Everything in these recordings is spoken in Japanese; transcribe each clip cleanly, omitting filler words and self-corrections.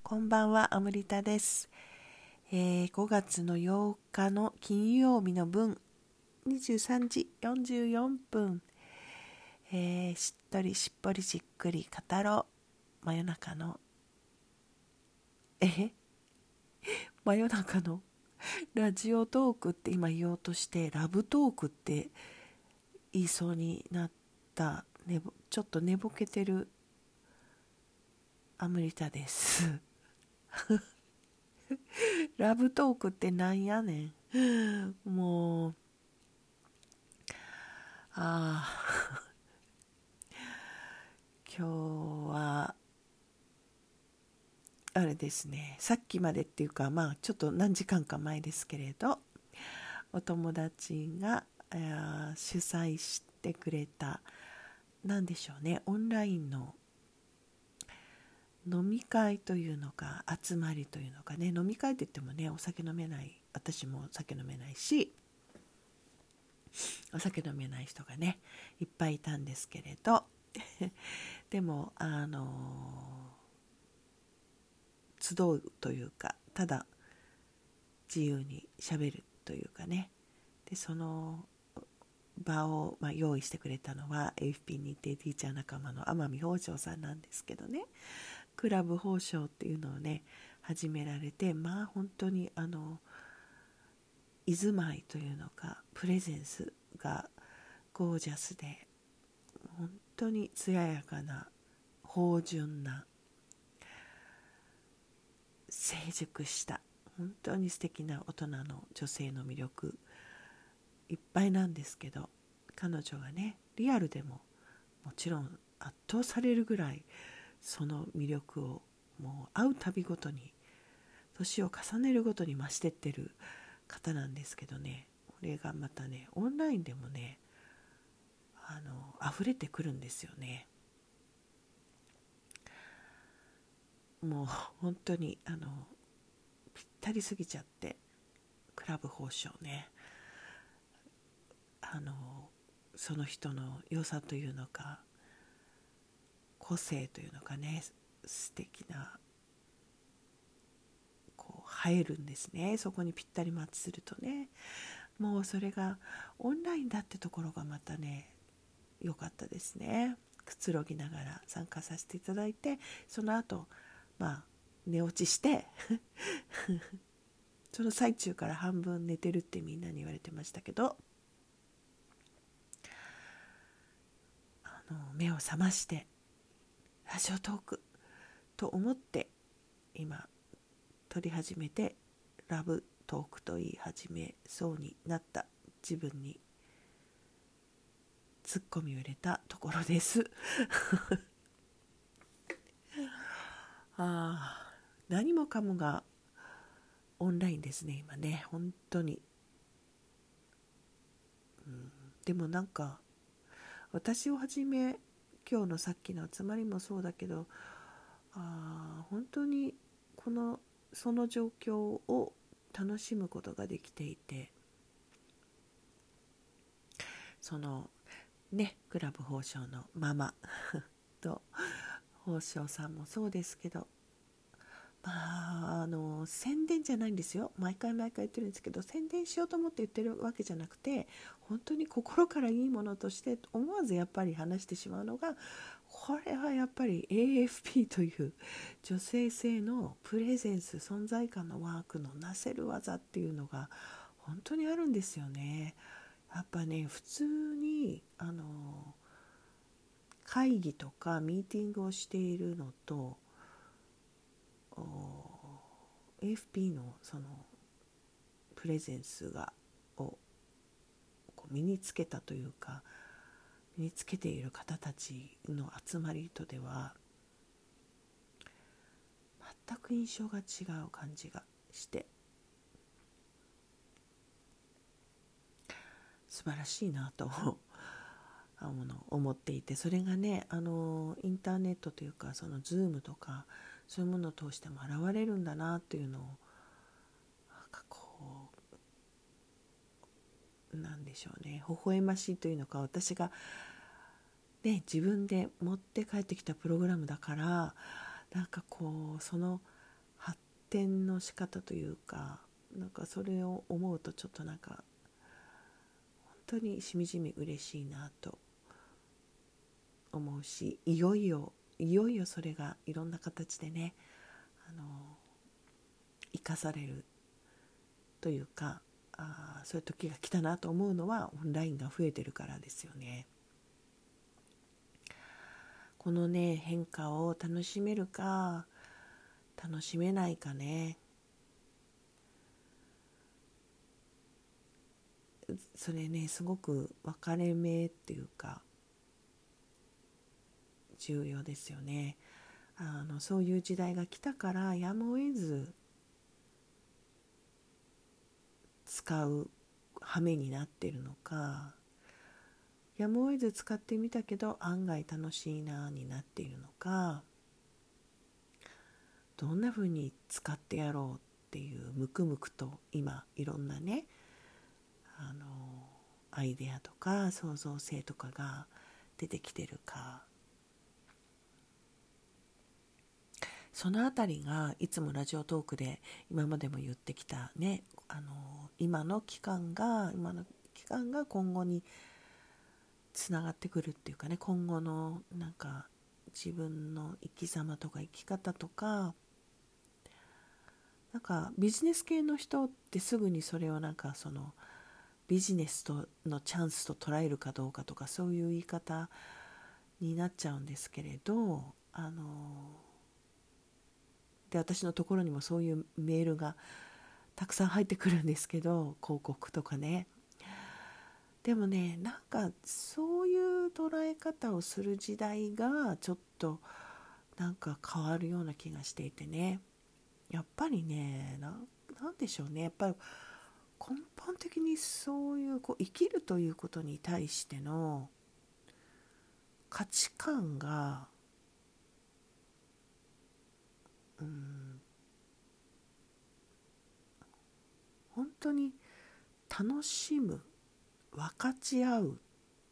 こんばんは、アムリタです。5月の8日の金曜日の分、23時44分、しっとりしっぽりじっくり語ろう。真夜中の、真夜中のラジオトークって今言おうとして、ラブトークって言いそうになった、ちょっと寝ぼけてるアムリタです。ラブトークってなんやねん。もう、今日はあれですね、さっきまでっていうかちょっと何時間か前ですけれど、お友達が主催してくれた、なんでしょうね、オンラインの飲み会というのか集まりというのかね、飲み会って言ってもね、お酒飲めない、私もお酒飲めないし、お酒飲めない人がねいっぱいいたんですけれどでも集うというか、ただ自由にしゃべるというかね、でその場を、用意してくれたのは AFP 認定ティーチャー仲間の天海宝生さんなんですけどね、クラブ宝生っていうのをね始められて、本当に居住まいというのかプレゼンスがゴージャスで、本当に艶やかな芳醇な成熟した本当に素敵な大人の女性の魅力いっぱいなんですけど、彼女がねリアルでももちろん圧倒されるぐらいその魅力をもう会うたびごとに年を重ねるごとに増してってる方なんですけどね、これがまたねオンラインでもね溢れてくるんですよね。もう本当にぴったりすぎちゃって、クラブ宝生ね、その人の良さというのか個性というのかね、素敵な映えるんですね、そこにぴったりマッチするとね。もうそれがオンラインだってところがまたね良かったですね。くつろぎながら参加させていただいて、その後寝落ちしてその最中から半分寝てるってみんなに言われてましたけど、目を覚ましてラジオトークと思って今撮り始めて、ラブトークと言い始めそうになった自分にツッコミを入れたところです何もかもがオンラインですね今ね、本当に、でもなんか私をはじめ今日のさっきの集まりもそうだけど、本当にその状況を楽しむことができていて、そのねクラブ宝生のママと宝生さんもそうですけど、宣伝じゃないんですよ、毎回言ってるんですけど、宣伝しようと思って言ってるわけじゃなくて、本当に心からいいものとして思わずやっぱり話してしまうのが、これはやっぱり AFP という女性性のプレゼンス、存在感のワークのなせる技っていうのが本当にあるんですよね。やっぱね、普通に会議とかミーティングをしているのとAFP のそのプレゼンスを身につけたというか、身につけている方たちの集まりとでは全く印象が違う感じがして素晴らしいなと思っていて、それがねインターネットというか、その Zoom とかそういうものを通しても現れるんだなっていうのを、なんでしょうね、微笑ましいというのか、私がね自分で持って帰ってきたプログラムだから、その展の仕方というか、なんかそれを思うとちょっとなんか本当にしみじみ嬉しいなと思うし、いよいよそれがいろんな形でね、生かされるというか、そういう時が来たなと思うのはオンラインが増えてるからですよね。このね変化を楽しめるか楽しめないかね、それねすごく分かれ目っていうか重要ですよね。そういう時代が来たからやむを得ず使う羽目になってるのか、やむを得ず使ってみたけど案外楽しいなになっているのか、どんな風に使ってやろうっていうムクムクと今いろんなねアイデアとか創造性とかが出てきてるか、そのあたりがいつもラジオトークで今までも言ってきたね、今の期間が今後につながってくるっていうかね、今後のなんか自分の生き様とか生き方とか、なんかビジネス系の人ってすぐにそれをなんかそのビジネスのチャンスと捉えるかどうかとかそういう言い方になっちゃうんですけれど、で私のところにもそういうメールがたくさん入ってくるんですけど、広告とかね。でもね、なんかそういう捉え方をする時代がちょっとなんか変わるような気がしていてね、やっぱりね、なんでしょうね、やっぱり根本的にそういう生きるということに対しての価値観が本当に楽しむ、分かち合う、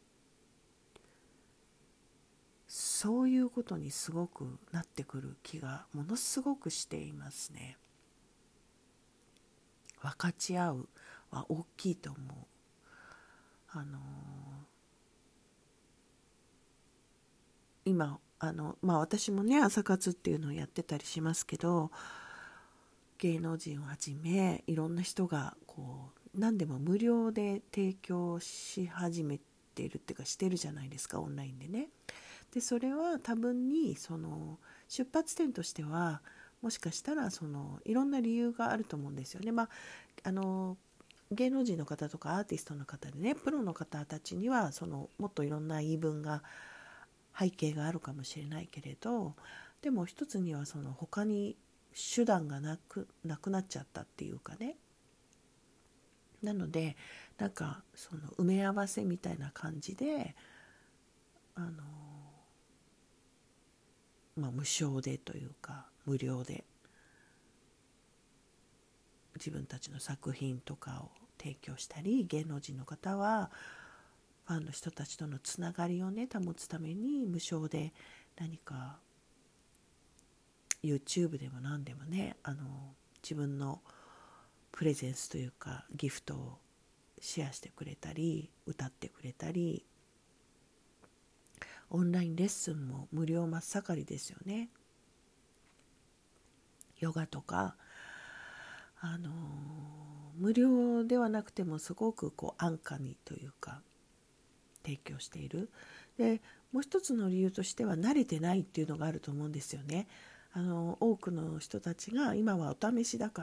そういうことにすごくなってくる気がものすごくしていますね。分かち合うは大きいと思う。今私もね朝活っていうのをやってたりしますけど、芸能人をはじめいろんな人が何でも無料で提供し始めているっていうかしてるじゃないですか、オンラインでね。でそれは多分に出発点としてはもしかしたらいろんな理由があると思うんですよね。芸能人の方とかアーティストの方でね、プロの方たちにはもっといろんな言い分が背景があるかもしれないけれど、でも一つには他に手段がなくなっちゃったっていうかね、なのでなんか埋め合わせみたいな感じで無償でというか無料で自分たちの作品とかを提供したり、芸能人の方はファンの人たちとのつながりをね保つために無償で何か YouTube でも何でもね自分のプレゼンスというかギフトをシェアしてくれたり歌ってくれたり、オンラインレッスンも無料真っ盛りですよね。ヨガとか無料ではなくてもすごく安価にというか提供している。でもう一つの理由としては慣れてないっていうのがあると思うんですよね。多くの人たちが今はお試しだから、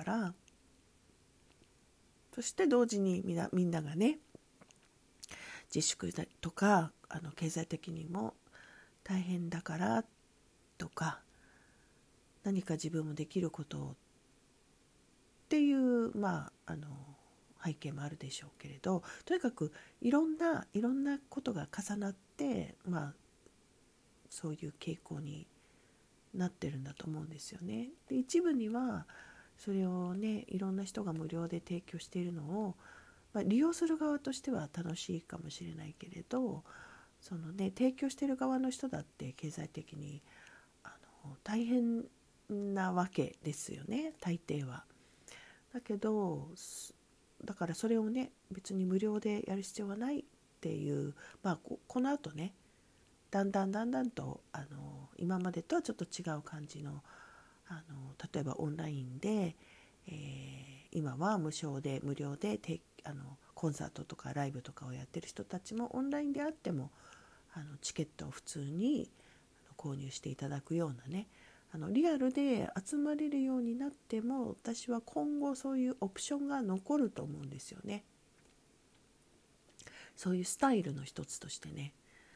そして同時にみんながね自粛だとか経済的にも大変だからとか、何か自分もできることをっていう背景もあるでしょうけれど、とにかくいろんなことが重なってそういう傾向になってるんだと思うんですよね。で一部にはそれをねいろんな人が無料で提供しているのを、利用する側としては楽しいかもしれないけれど、提供している側の人だって経済的に大変なわけですよね、大抵は。だけどだからそれをね別に無料でやる必要はないっていう、この後ねだんだんと今までとはちょっと違う感じの、例えばオンラインで、今は無料でコンサートとかライブとかをやってる人たちもオンラインであってもチケットを普通に購入していただくようなね、リアルで集まれるようになっても私は今後そういうオプションが残ると思うんですよね。そういうスタイルの一つとしてね、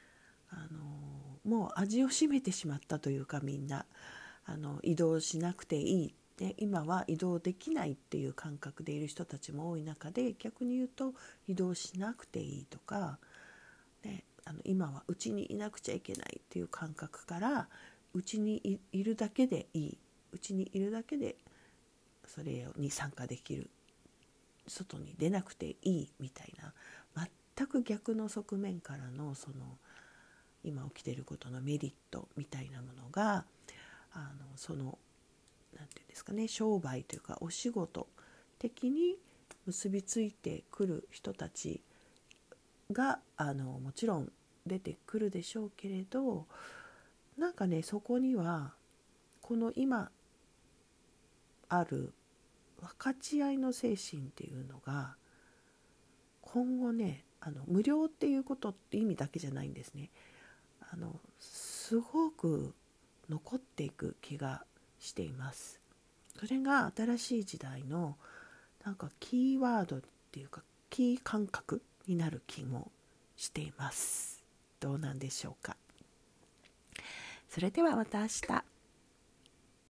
もう味を占めてしまったというか、みんな移動しなくていいで、今は移動できないっていう感覚でいる人たちも多い中で、逆に言うと移動しなくていいとか、ね、今はうちにいなくちゃいけないっていう感覚から、うちに いるだけでいい、うちにいるだけでそれに参加できる、外に出なくていいみたいな、全く逆の側面からのその今起きていることのメリットみたいなものがそのなんていうんですかね、商売というかお仕事的に結びついてくる人たちがもちろん出てくるでしょうけれど、なんかねそこにはこの今ある分かち合いの精神っていうのが今後ね無料っていうことって意味だけじゃないんですね。すごく残っていく気がしています。それが新しい時代のなんかキーワードっていうかキー感覚になる気もしています。どうなんでしょうか。それではまた明日。